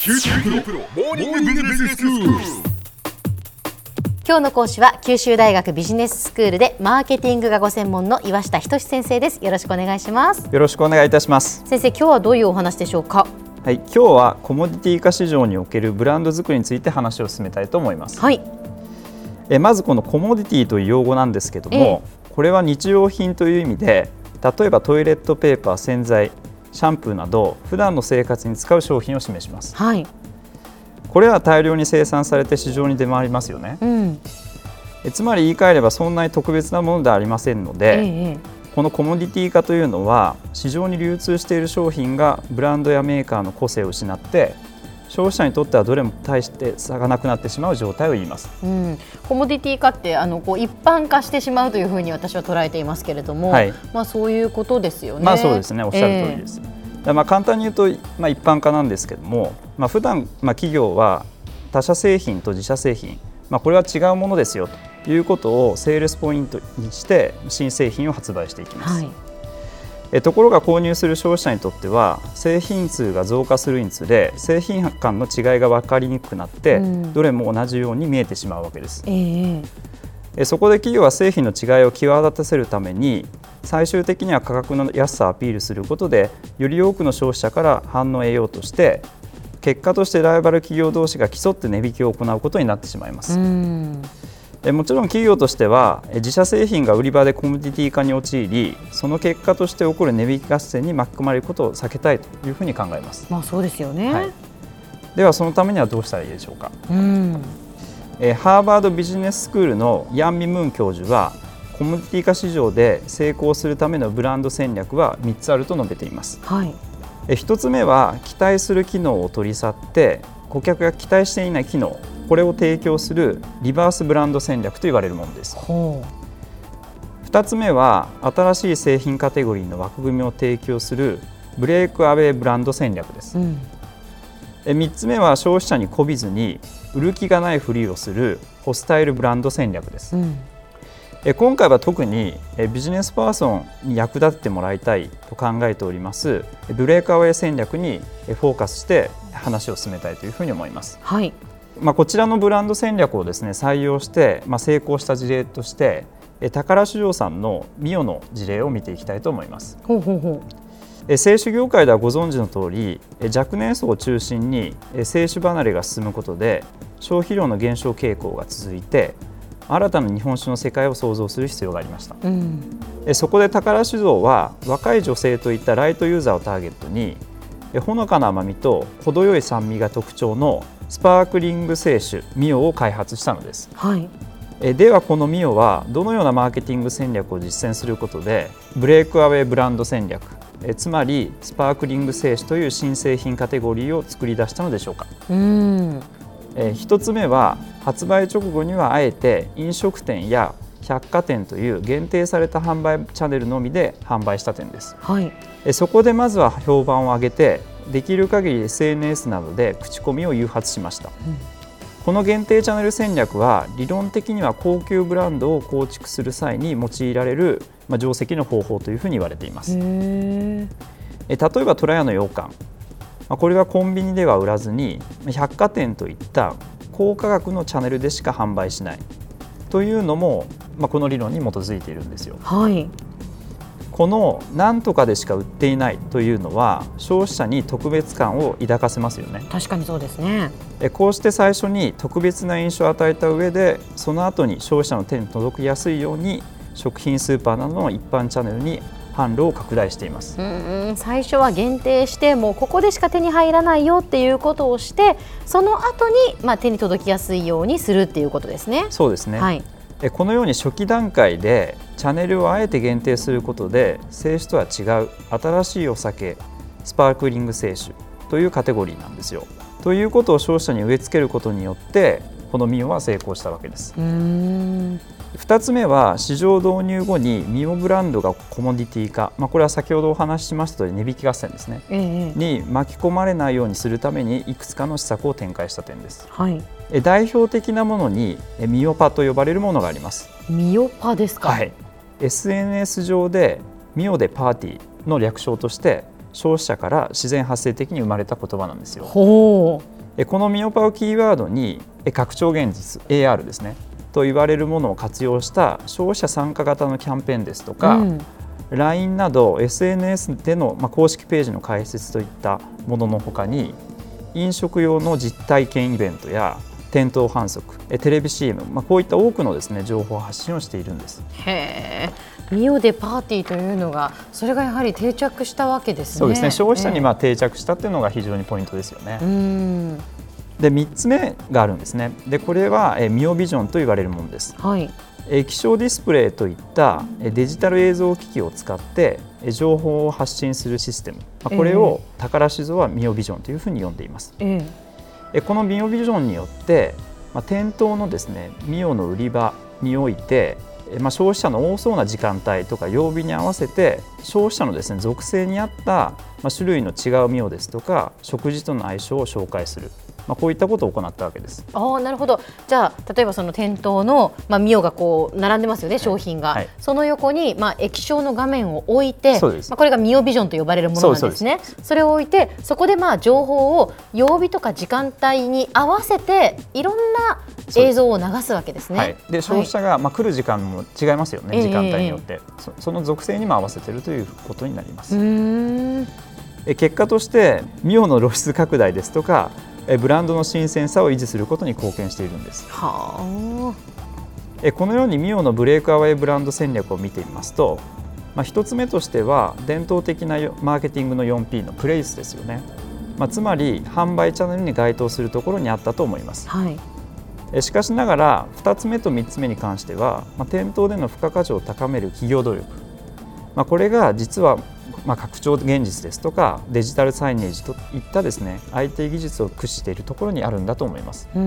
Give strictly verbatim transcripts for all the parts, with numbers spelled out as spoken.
キューティープロモーニングビジネススクール。 今日の講師は九州大学ビジネススクールでマーケティングがご専門の岩下仁先生です。よろしくお願いします。 よろしくお願いいたします。 先生、今日はどういうお話でしょうか。 はい、今日はコモディティ化市場におけるブランド作りについて話を進めたいと思います。 はい。 えまずこのコモディティという用語なんですけども、ええ、これは日用品という意味で、例えばトイレットペーパー、洗剤、シャンプーなど普段の生活に使う商品を示します。 はい。 これは大量に生産されて市場に出回りますよね。 うん、 えつまり言い換えればそんなに特別なものではありませんので、ええ、このコモディティ化というのは市場に流通している商品がブランドやメーカーの個性を失って消費者にとってはどれも大して差がなくなってしまう状態を言います。 うん、コモディティ化ってあのこう一般化してしまうというふうに私は捉えていますけれども、はい、まあ、そういうことですよね。 まあ、そうですね、おっしゃる通りです。えー、まあ簡単に言うと、まあ、一般化なんですけども、まあ、普段、まあ、企業は他社製品と自社製品、まあ、これは違うものですよということをセールスポイントにして新製品を発売していきます。はい。えところが購入する消費者にとっては製品数が増加するにつれ製品間の違いが分かりにくくなって、うん、どれも同じように見えてしまうわけです。えー、えそこで企業は製品の違いを際立たせるために最終的には価格の安さをアピールすることでより多くの消費者から反応を得ようとして結果としてライバル企業同士が競って値引きを行うことになってしまいます。うん、もちろん企業としては自社製品が売り場でコモディティ化に陥りその結果として起こる値引き合戦に巻き込まれることを避けたいというふうに考えます。 まあ、そうですよね。はい、 ではそのためにはどうしたらいいでしょうか。 うん、 えハーバードビジネススクールのヤン・ミムーン教授はコモディティ化市場で成功するためのブランド戦略はみっつあると述べています。はい、えひとつめは期待する機能を取り去って顧客が期待していない機能これを提供するリバースブランド戦略と言われるものです。ふたつめは新しい製品カテゴリーの枠組みを提供するブレイクアウェイブランド戦略です。うん、えみっつめは消費者に媚びずに売る気がないふりをするホスタイルブランド戦略です。うん、え今回は特にえビジネスパーソンに役立ててもらいたいと考えておりますブレイクアウェイ戦略にフォーカスして話を進めたいというふうに思います。はい。まあ、こちらのブランド戦略をですね採用して、まあ、成功した事例として宝酒造さんのミオの事例を見ていきたいと思います。ほうほうほう。製酒業界ではご存知の通り若年層を中心に製酒離れが進むことで消費量の減少傾向が続いて新たな日本酒の世界を創造する必要がありました。うん、そこで宝酒造は若い女性といったライトユーザーをターゲットにほのかな甘みと程よい酸味が特徴のスパークリング清酒ミオを開発したのです。はい、えではこのミオはどのようなマーケティング戦略を実践することでブレイクアウェイブランド戦略えつまりスパークリング清酒という新製品カテゴリーを作り出したのでしょうか。うんえひとつめは発売直後にはあえて飲食店や百貨店という限定された販売チャンネルのみで販売した点です。はい、えそこでまずは評判を上げてできる限り エスエヌエス などで口コミを誘発しました。うん、この限定チャンネル戦略は理論的には高級ブランドを構築する際に用いられる、まあ、定石の方法というふうに言われています。へえ例えば虎屋の羊羹、まあ、これはコンビニでは売らずに百貨店といった高価格のチャンネルでしか販売しないというのも、まあ、この理論に基づいているんですよ。はい、この何とかでしか売っていないというのは消費者に特別感を抱かせますよね。 確かにそうですね。 こうして最初に特別な印象を与えた上でその後に消費者の手に届きやすいように食品スーパーなどの一般チャンネルに販路を拡大しています。 うん最初は限定してもうここでしか手に入らないよっていうことをしてその後にまあ手に届きやすいようにするっていうことですね。 そうですね。はい、このように初期段階でチャンネルをあえて限定することで清酒とは違う新しいお酒スパークリング清酒というカテゴリーなんですよ。ということを消費者に植え付けることによってこのミオは成功したわけです。うーんふたつめは市場導入後にミオブランドがコモディティ化、まあ、これは先ほどお話ししましたとおり値引き合戦ですね、ええ、に巻き込まれないようにするためにいくつかの施策を展開した点です。はい、代表的なものにミオパと呼ばれるものがあります。 ミオパですか。はい、 エスエヌエス 上でミオでパーティーの略称として消費者から自然発生的に生まれた言葉なんですよ。ほうこのミオパをキーワードに拡張現実 エーアール ですねと言われるものを活用した消費者参加型のキャンペーンですとか、うん、ライン など エスエヌエス での公式ページの開設といったもののほかに、飲食用の実体験イベントや店頭販促、テレビ シーエム、まあ、こういった多くのですね情報発信をしているんです。 へー、ミオでパーティーというのが、それがやはり定着したわけですね。 そうですね、消費者にまあ定着したっていうのが非常にポイントですよね。 うん、 でみっつめがあるんですね。でこれはミオビジョンと言われるものです。 はい、 液晶ディスプレイといったデジタル映像機器を使って情報を発信するシステム、これを宝酒造はミオビジョンというふうに呼んでいます。えー、このミオビジョンによって店頭のですねミオの売り場において、まあ、消費者の多そうな時間帯とか曜日に合わせて消費者のですね属性に合った、まあ、種類の違うミオですとか食事との相性を紹介する、まあ、こういったことを行ったわけです。 あー、なるほど。じゃあ例えばその店頭の、まあ、ミオがこう並んでますよね、はい、商品が、はい、その横に、まあ、液晶の画面を置いて、まあ、これがミオビジョンと呼ばれるものなんですね。 そ, それを置いて、そこでまあ情報を曜日とか時間帯に合わせていろんな映像を流すわけですね。 はい、で消費者が、まあ、来る時間も違いますよね、はい、時間帯によって、えー、そ, その属性にも合わせているということになります。うーん、え結果としてミオの露出拡大ですとかブランドの新鮮さを維持することに貢献しているんです。はあ、このようにミオのブレイクアウェイブランド戦略を見てみますと、まあ、ひとつめとしては伝統的なマーケティングの よんピー のプレイスですよね。まあ、つまり販売チャンネルに該当するところにあったと思います。はい、しかしながらふたつめとみっつめに関しては、まあ、店頭での付加価値を高める企業努力、まあ、これが実はまあ拡張現実ですとかデジタルサイネージといったですね アイティー 技術を駆使しているところにあるんだと思います。うん、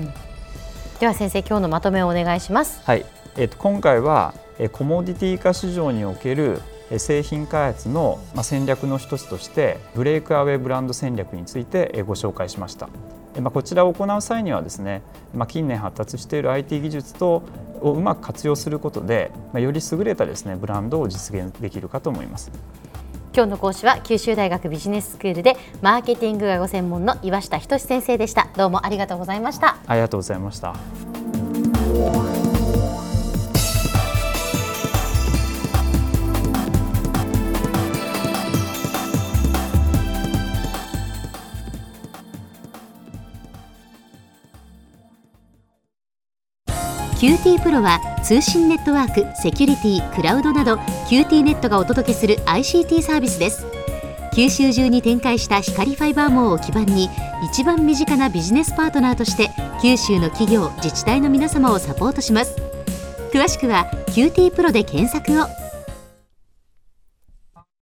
では先生、今日のまとめをお願いします。 はい、えー、と今回はコモディティ化市場における製品開発の戦略の一つとしてブレイクアウェイブランド戦略についてご紹介しました。こちらを行う際にはですね、近年発達している アイティー 技術とをうまく活用することでより優れたですねブランドを実現できるかと思います。 今日の講師は九州大学ビジネススクールでマーケティングがご専門の岩下仁先生でした。どうもありがとうございました。 ありがとうございました。 キューティー プロは通信ネットワーク、セキュリティ、クラウドなど キューティー ネットがお届けする アイシーティー サービスです。九州中に展開した光ファイバー網を基盤に一番身近なビジネスパートナーとして九州の企業、自治体の皆様をサポートします。詳しくは キューティー プロで検索を。